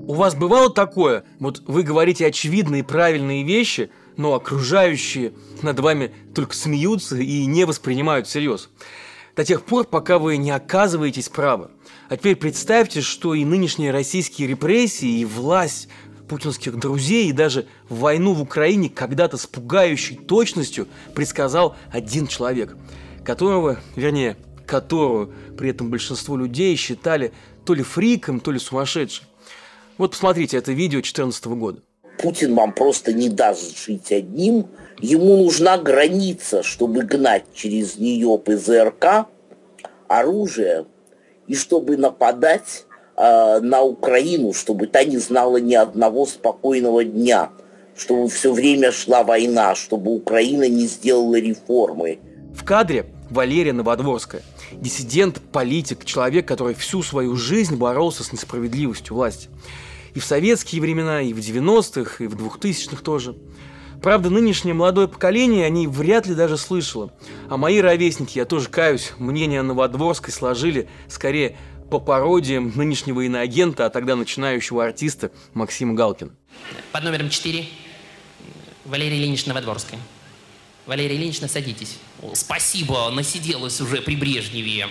У вас бывало такое? Вот вы говорите очевидные и правильные вещи, но окружающие над вами только смеются и не воспринимают всерьез. До тех пор, пока вы не оказываетесь правы. А теперь представьте, что и нынешние российские репрессии, и власть путинских друзей, и даже войну в Украине когда-то с пугающей точностью предсказал один человек, которого при этом большинство людей считали то ли фриком, то ли сумасшедшим. Вот посмотрите это видео 2014 года. Путин вам просто не даст жить одним. Ему нужна граница, чтобы гнать через нее ПЗРК, оружие, и чтобы нападать на Украину, чтобы та не знала ни одного спокойного дня, чтобы все время шла война, чтобы Украина не сделала реформы. В кадре Валерия Новодворская. Диссидент, политик, человек, который всю свою жизнь боролся с несправедливостью власти. И в советские времена, и в 90-х, и в 2000-х тоже. Правда, нынешнее молодое поколение о ней вряд ли даже слышало. А мои ровесники, я тоже каюсь, мнение о Новодворской сложили скорее по пародиям нынешнего иноагента, а тогда начинающего артиста Максима Галкина. Под номером 4 Валерия Ильинична Новодворская. Валерия Ильинична, садитесь. Спасибо, насиделась уже при Брежневе.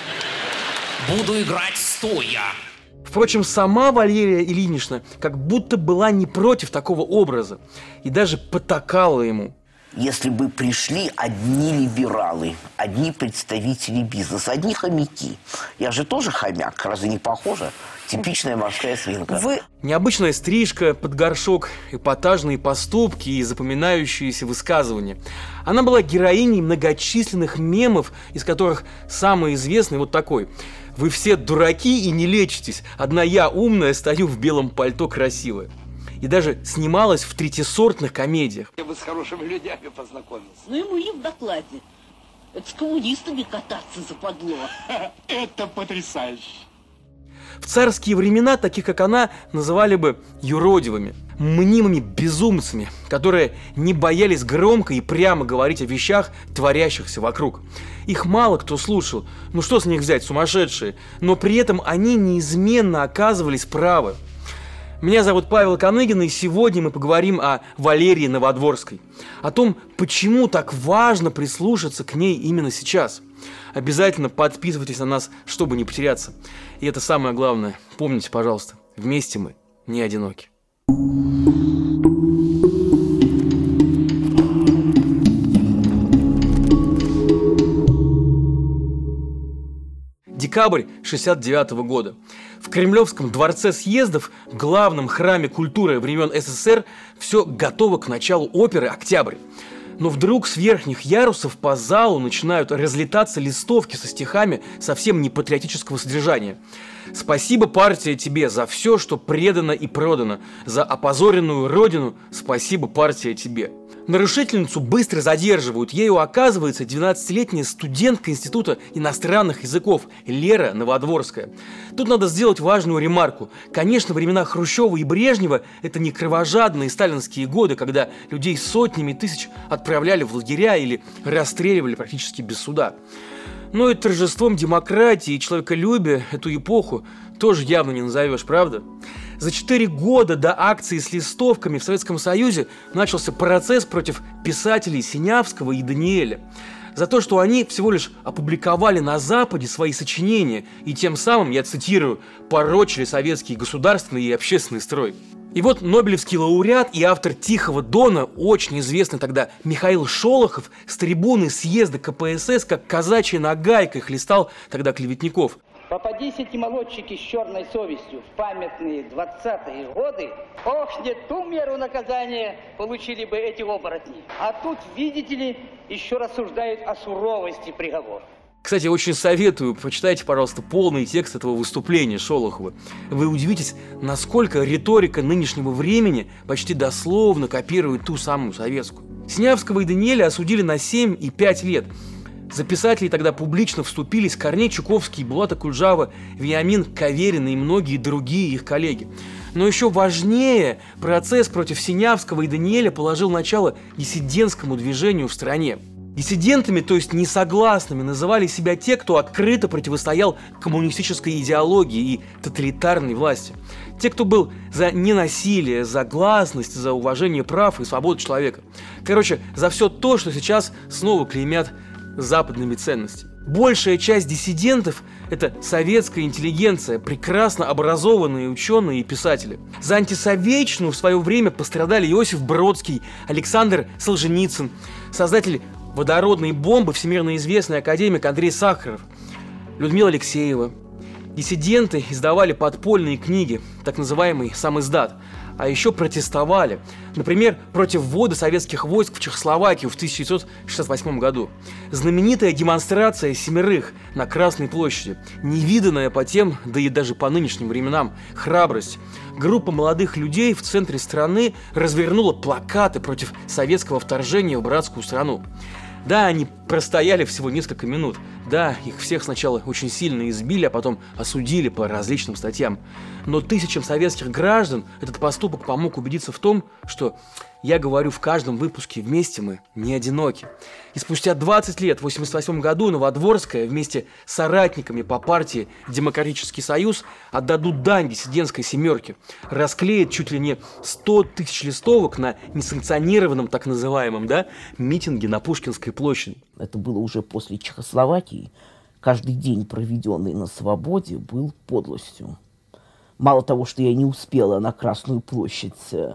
Буду играть стоя. Впрочем, сама Валерия Ильинична как будто была не против такого образа и даже потакала ему. Если бы пришли одни либералы, одни представители бизнеса, одни хомяки. Я же тоже хомяк, разве не похоже? Типичная морская свинка. Необычная стрижка под горшок, эпатажные поступки и запоминающиеся высказывания. Она была героиней многочисленных мемов, из которых самый известный вот такой: «Вы все дураки и не лечитесь, одна я умная стою в белом пальто красивая». И даже снималась в третьесортных комедиях. Я бы с хорошими людьми познакомился. Ну ему и в докладе. Это с коммунистами кататься западло. Это потрясающе. В царские времена таких, как она, называли бы юродивыми, мнимыми безумцами, которые не боялись громко и прямо говорить о вещах, творящихся вокруг. Их мало кто слушал, ну что с них взять, сумасшедшие, но при этом они неизменно оказывались правы. Меня зовут Павел Коныгин, и сегодня мы поговорим о Валерии Новодворской. О том, почему так важно прислушаться к ней именно сейчас. Обязательно подписывайтесь на нас, чтобы не потеряться. И это самое главное. Помните, пожалуйста, вместе мы не одиноки. Декабрь 1969 года. В Кремлевском дворце съездов, главном храме культуры времен СССР, все готово к началу оперы «Октябрь». Но вдруг с верхних ярусов по залу начинают разлетаться листовки со стихами совсем не патриотического содержания. «Спасибо, партия, тебе за все, что предано и продано. За опозоренную родину спасибо, партия, тебе». Нарушительницу быстро задерживают. Ею оказывается 12-летняя студентка Института иностранных языков Лера Новодворская. Тут надо сделать важную ремарку. Конечно, времена Хрущева и Брежнева – это не кровожадные сталинские годы, когда людей сотнями тысяч отправляли в лагеря или расстреливали практически без суда. Но и торжеством демократии и человеколюбия эту эпоху тоже явно не назовешь, правда? За 4 года до акции с листовками в Советском Союзе начался процесс против писателей Синявского и Даниэля. За то, что они всего лишь опубликовали на Западе свои сочинения и тем самым, я цитирую, порочили советский государственный и общественный строй. И вот нобелевский лауреат и автор «Тихого дона», очень известный тогда Михаил Шолохов, с трибуны съезда КПСС, как казачьей нагайкой хлестал тогда клеветников. Попадись эти молодчики с черной совестью в памятные 20-е годы, ох, не ту меру наказания получили бы эти оборотни. А тут, видите ли, еще рассуждают о суровости приговора. Кстати, очень советую, прочитайте, пожалуйста, полный текст этого выступления Шолохова. Вы удивитесь, насколько риторика нынешнего времени почти дословно копирует ту самую советскую. Синявского и Даниэля осудили на 7 и 5 лет. За писателей тогда публично вступились Корней Чуковский, Булат Акуджава, Вениамин Каверин и многие другие их коллеги. Но еще важнее, процесс против Синявского и Даниэля положил начало диссидентскому движению в стране. Диссидентами, то есть несогласными, называли себя те, кто открыто противостоял коммунистической идеологии и тоталитарной власти. Те, кто был за ненасилие, за гласность, за уважение прав и свободы человека. Короче, за все то, что сейчас снова клеймят западными ценностями. Большая часть диссидентов – это советская интеллигенция, прекрасно образованные ученые и писатели. За антисоветчину в свое время пострадали Иосиф Бродский, Александр Солженицын, создатель водородной бомбы, всемирно известный академик Андрей Сахаров, Людмила Алексеева. Диссиденты издавали подпольные книги, так называемый самиздат, а еще протестовали, например, против ввода советских войск в Чехословакию в 1968 году. Знаменитая демонстрация семерых на Красной площади, невиданная по тем, да и даже по нынешним временам, храбрость. Группа молодых людей в центре страны развернула плакаты против советского вторжения в братскую страну. Да, они простояли всего несколько минут. Да, их всех сначала очень сильно избили, а потом осудили по различным статьям. Но тысячам советских граждан этот поступок помог убедиться в том, что, я говорю в каждом выпуске, вместе мы не одиноки. И спустя 20 лет, в 1988 году, Новодворская вместе с соратниками по партии «Демократический союз» отдадут дань диссидентской семерке, расклеят чуть ли не 100 тысяч листовок на несанкционированном, так называемом, митинге на Пушкинской площади. Это было уже после Чехословакии. Каждый день, проведенный на свободе, был подлостью. Мало того, что я не успела на Красную площадь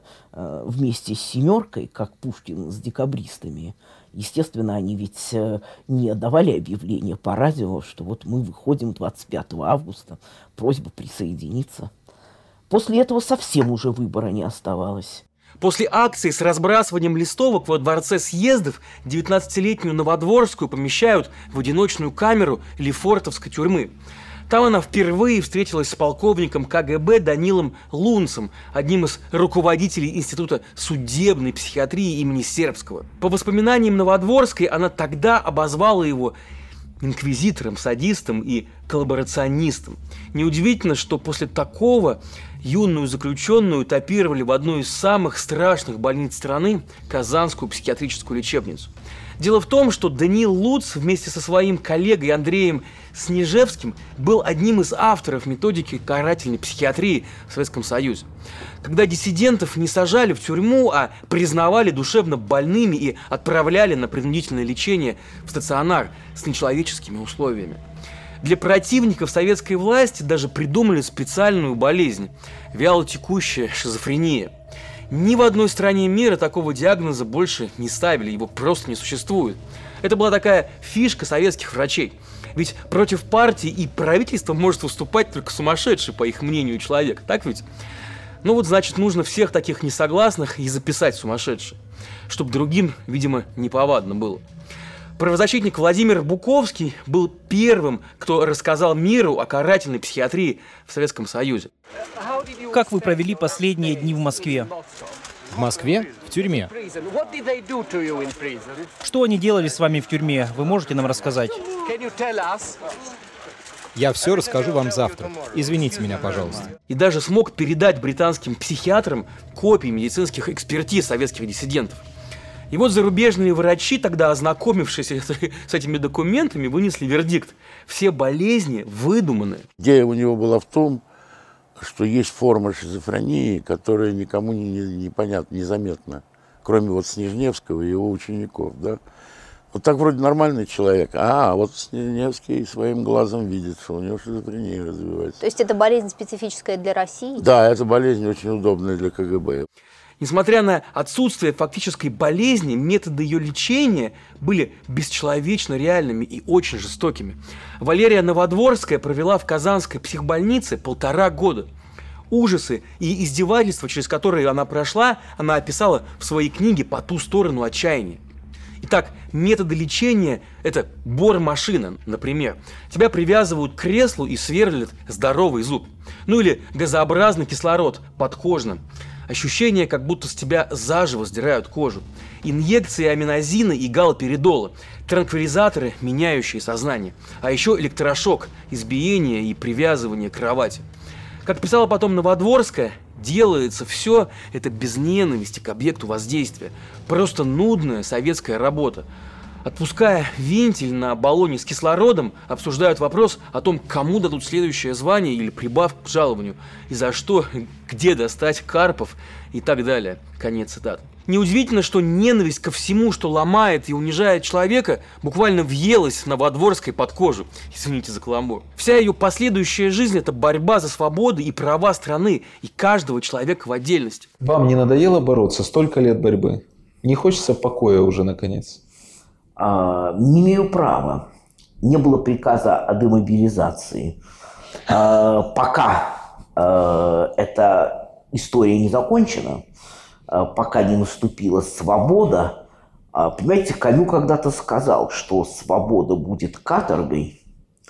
вместе с семеркой, как Пушкин с декабристами, естественно, они ведь не давали объявления по радио, что вот мы выходим 25 августа, просьба присоединиться. После этого совсем уже выбора не оставалось. После акции с разбрасыванием листовок во дворце съездов 19-летнюю Новодворскую помещают в одиночную камеру Лефортовской тюрьмы. Там она впервые встретилась с полковником КГБ Данилом Лунцем, одним из руководителей Института судебной психиатрии имени Сербского. По воспоминаниям Новодворской, она тогда обозвала его инквизитором, садистом и коллаборационистом. Неудивительно, что после такого юную заключенную этапировали в одну из самых страшных больниц страны – Казанскую психиатрическую лечебницу. Дело в том, что Даниил Луц вместе со своим коллегой Андреем Снежевским был одним из авторов методики карательной психиатрии в Советском Союзе. Когда диссидентов не сажали в тюрьму, а признавали душевно больными и отправляли на принудительное лечение в стационар с нечеловеческими условиями. Для противников советской власти даже придумали специальную болезнь – вялотекущая шизофрения. Ни в одной стране мира такого диагноза больше не ставили, его просто не существует. Это была такая фишка советских врачей. Ведь против партии и правительства может выступать только сумасшедший, по их мнению, человек, так ведь? Ну вот, значит, нужно всех таких несогласных и записать сумасшедшие, чтобы другим, видимо, неповадно было. Правозащитник Владимир Буковский был первым, кто рассказал миру о карательной психиатрии в Советском Союзе. Как вы провели последние дни в Москве? В Москве? В тюрьме. Что они делали с вами в тюрьме? Вы можете нам рассказать? Я все расскажу вам завтра. Извините меня, пожалуйста. И даже смог передать британским психиатрам копии медицинских экспертиз советских диссидентов. И вот зарубежные врачи, тогда ознакомившись с этими документами, вынесли вердикт. Все болезни выдуманы. Идея у него была в том, что есть форма шизофрении, которая никому не понятна, незаметна, кроме вот Снежневского и его учеников, да. Вот так вроде нормальный человек, а вот Снежневский своим глазом видит, что у него шизофрения развивается. То есть это болезнь специфическая для России? Да, это болезнь очень удобная для КГБ. Несмотря на отсутствие фактической болезни, методы ее лечения были бесчеловечно реальными и очень жестокими. Валерия Новодворская провела в Казанской психбольнице 1,5 года. Ужасы и издевательства, через которые она прошла, она описала в своей книге «По ту сторону отчаяния». Итак, методы лечения – это бор-машина, например. Тебя привязывают к креслу и сверлят здоровый зуб. Ну или газообразный кислород подкожно. Ощущение, как будто с тебя заживо сдирают кожу. Инъекции аминозина и галоперидола. Транквилизаторы, меняющие сознание. А еще электрошок, избиение и привязывание к кровати. Как писала потом Новодворская, делается все это без ненависти к объекту воздействия. Просто нудная советская работа. Отпуская вентиль на баллоне с кислородом, обсуждают вопрос о том, кому дадут следующее звание или прибавку к жалованию, и за что, где достать карпов и так далее. Конец цитаты. Неудивительно, что ненависть ко всему, что ломает и унижает человека, буквально въелась Новодворской под кожу. Извините за каламбур. Вся ее последующая жизнь – это борьба за свободы и права страны и каждого человека в отдельности. Вам не надоело бороться? Столько лет борьбы. Не хочется покоя уже, наконец? Не имею права. Не было приказа о демобилизации. Пока эта история не закончена, пока не наступила свобода. Понимаете, Камю когда-то сказал, что свобода будет каторгой,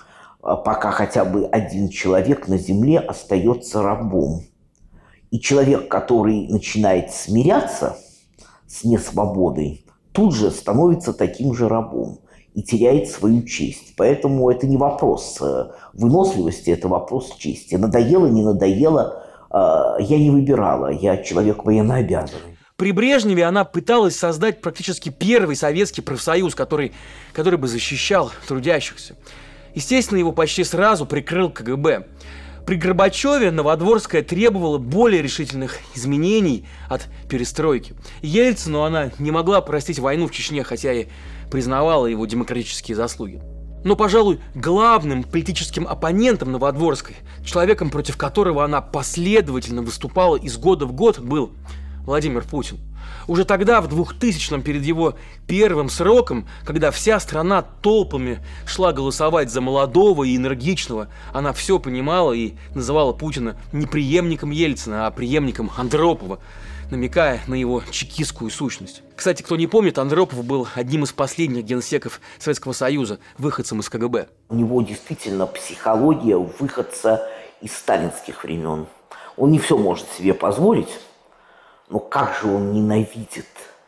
пока хотя бы один человек на земле остается рабом. И человек, который начинает смиряться с несвободой, тут же становится таким же рабом и теряет свою честь. Поэтому это не вопрос выносливости, это вопрос чести. Надоело, не надоело, я не выбирала, я человек военнообязанный. При Брежневе она пыталась создать практически первый советский профсоюз, который бы защищал трудящихся. Естественно, его почти сразу прикрыл КГБ. При Горбачеве Новодворская требовала более решительных изменений от перестройки. Ельцину она не могла простить войну в Чечне, хотя и признавала его демократические заслуги. Но, пожалуй, главным политическим оппонентом Новодворской, человеком, против которого она последовательно выступала из года в год, был Владимир Путин. Уже тогда, в 2000-м, перед его первым сроком, когда вся страна толпами шла голосовать за молодого и энергичного, она все понимала и называла Путина не преемником Ельцина, а преемником Андропова, намекая на его чекистскую сущность. Кстати, кто не помнит, Андропов был одним из последних генсеков Советского Союза, выходцем из КГБ. У него действительно психология выходца из сталинских времен. Он не все может себе позволить, но как же он ненавидит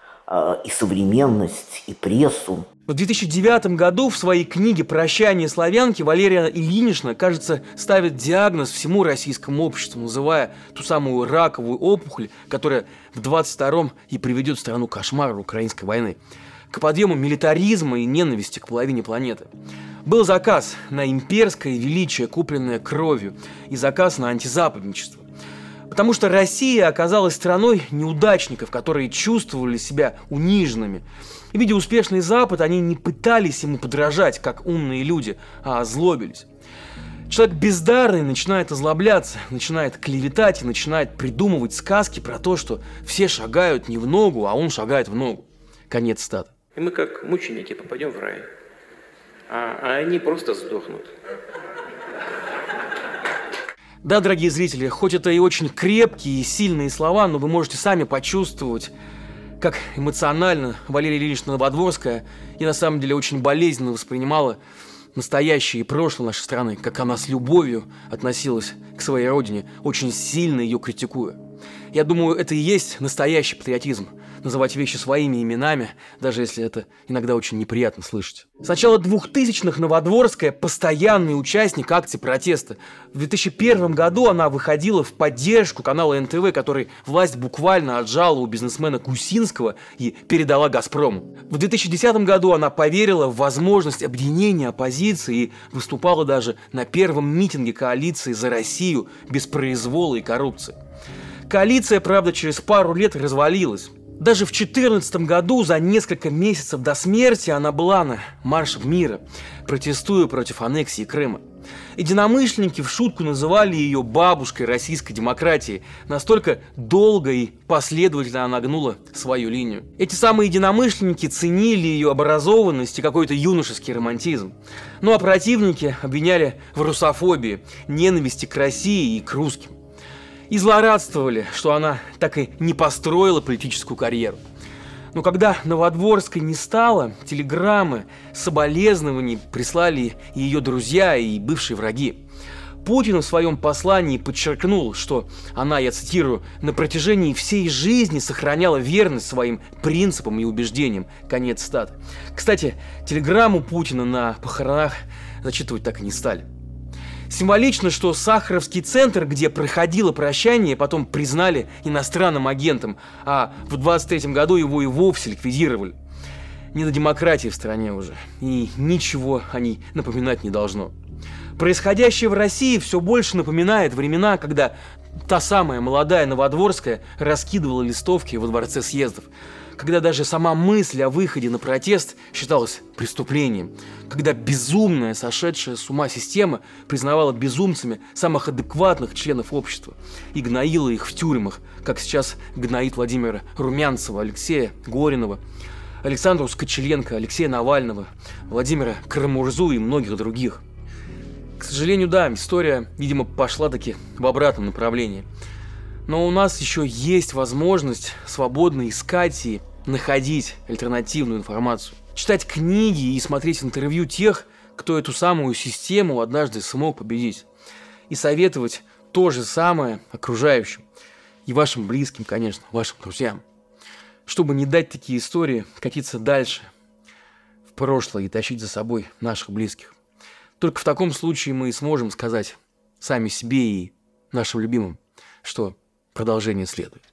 и современность, и прессу. В 2009 году в своей книге «Прощание славянки» Валерия Ильинична, кажется, ставит диагноз всему российскому обществу, называя ту самую раковую опухоль, которая в 22-м и приведет страну к кошмару украинской войны, к подъему милитаризма и ненависти к половине планеты. Был заказ на имперское величие, купленное кровью, и заказ на антизападничество. Потому что Россия оказалась страной неудачников, которые чувствовали себя униженными. И, видя успешный Запад, они не пытались ему подражать, как умные люди, а озлобились. Человек бездарный начинает озлобляться, начинает клеветать и начинает придумывать сказки про то, что все шагают не в ногу, а он шагает в ногу. Конец цитаты. И мы как мученики попадем в рай, а они просто сдохнут. Да, дорогие зрители, хоть это и очень крепкие и сильные слова, но вы можете сами почувствовать, как эмоционально Валерия Ильинична Новодворская и на самом деле очень болезненно воспринимала настоящее и прошлое нашей страны, как она с любовью относилась к своей родине, очень сильно ее критикуя. Я думаю, это и есть настоящий патриотизм. Называть вещи своими именами, даже если это иногда очень неприятно слышать. С начала 2000-х Новодворская – постоянный участник акций протеста. В 2001 году она выходила в поддержку канала НТВ, который власть буквально отжала у бизнесмена Кусинского и передала «Газпрому». В 2010 году она поверила в возможность объединения оппозиции и выступала даже на первом митинге коалиции «За Россию» без произвола и коррупции. Коалиция, правда, через пару лет развалилась. Даже в 2014 году, за несколько месяцев до смерти, она была на марше мира, протестуя против аннексии Крыма. Единомышленники в шутку называли ее бабушкой российской демократии. Настолько долго и последовательно она гнула свою линию. Эти самые единомышленники ценили ее образованность и какой-то юношеский романтизм. Ну а противники обвиняли в русофобии, ненависти к России и к русским. И злорадствовали, что она так и не построила политическую карьеру. Но когда Новодворской не стало, телеграммы, соболезнований прислали ее друзья и бывшие враги. Путин в своем послании подчеркнул, что она, я цитирую, «на протяжении всей жизни сохраняла верность своим принципам и убеждениям». Конец цитаты. Кстати, телеграмму Путина на похоронах зачитывать так и не стали. Символично, что Сахаровский центр, где проходило прощание, потом признали иностранным агентом, а в 23 году его и вовсе ликвидировали. Не до демократии в стране уже, и ничего о ней напоминать не должно. Происходящее в России все больше напоминает времена, когда та самая молодая Новодворская раскидывала листовки во дворце съездов, когда даже сама мысль о выходе на протест считалась преступлением, когда безумная, сошедшая с ума система признавала безумцами самых адекватных членов общества и гноила их в тюрьмах, как сейчас гноит Владимира Румянцева, Алексея Горинова, Александра Скочеленко, Алексея Навального, Владимира Карамурзу и многих других. К сожалению, да, история, видимо, пошла таки в обратном направлении. Но у нас еще есть возможность свободно искать и находить альтернативную информацию. Читать книги и смотреть интервью тех, кто эту самую систему однажды смог победить. И советовать то же самое окружающим. И вашим близким, конечно, вашим друзьям. Чтобы не дать такие истории катиться дальше, в прошлое и тащить за собой наших близких. Только в таком случае мы и сможем сказать сами себе и нашим любимым, что продолжение следует.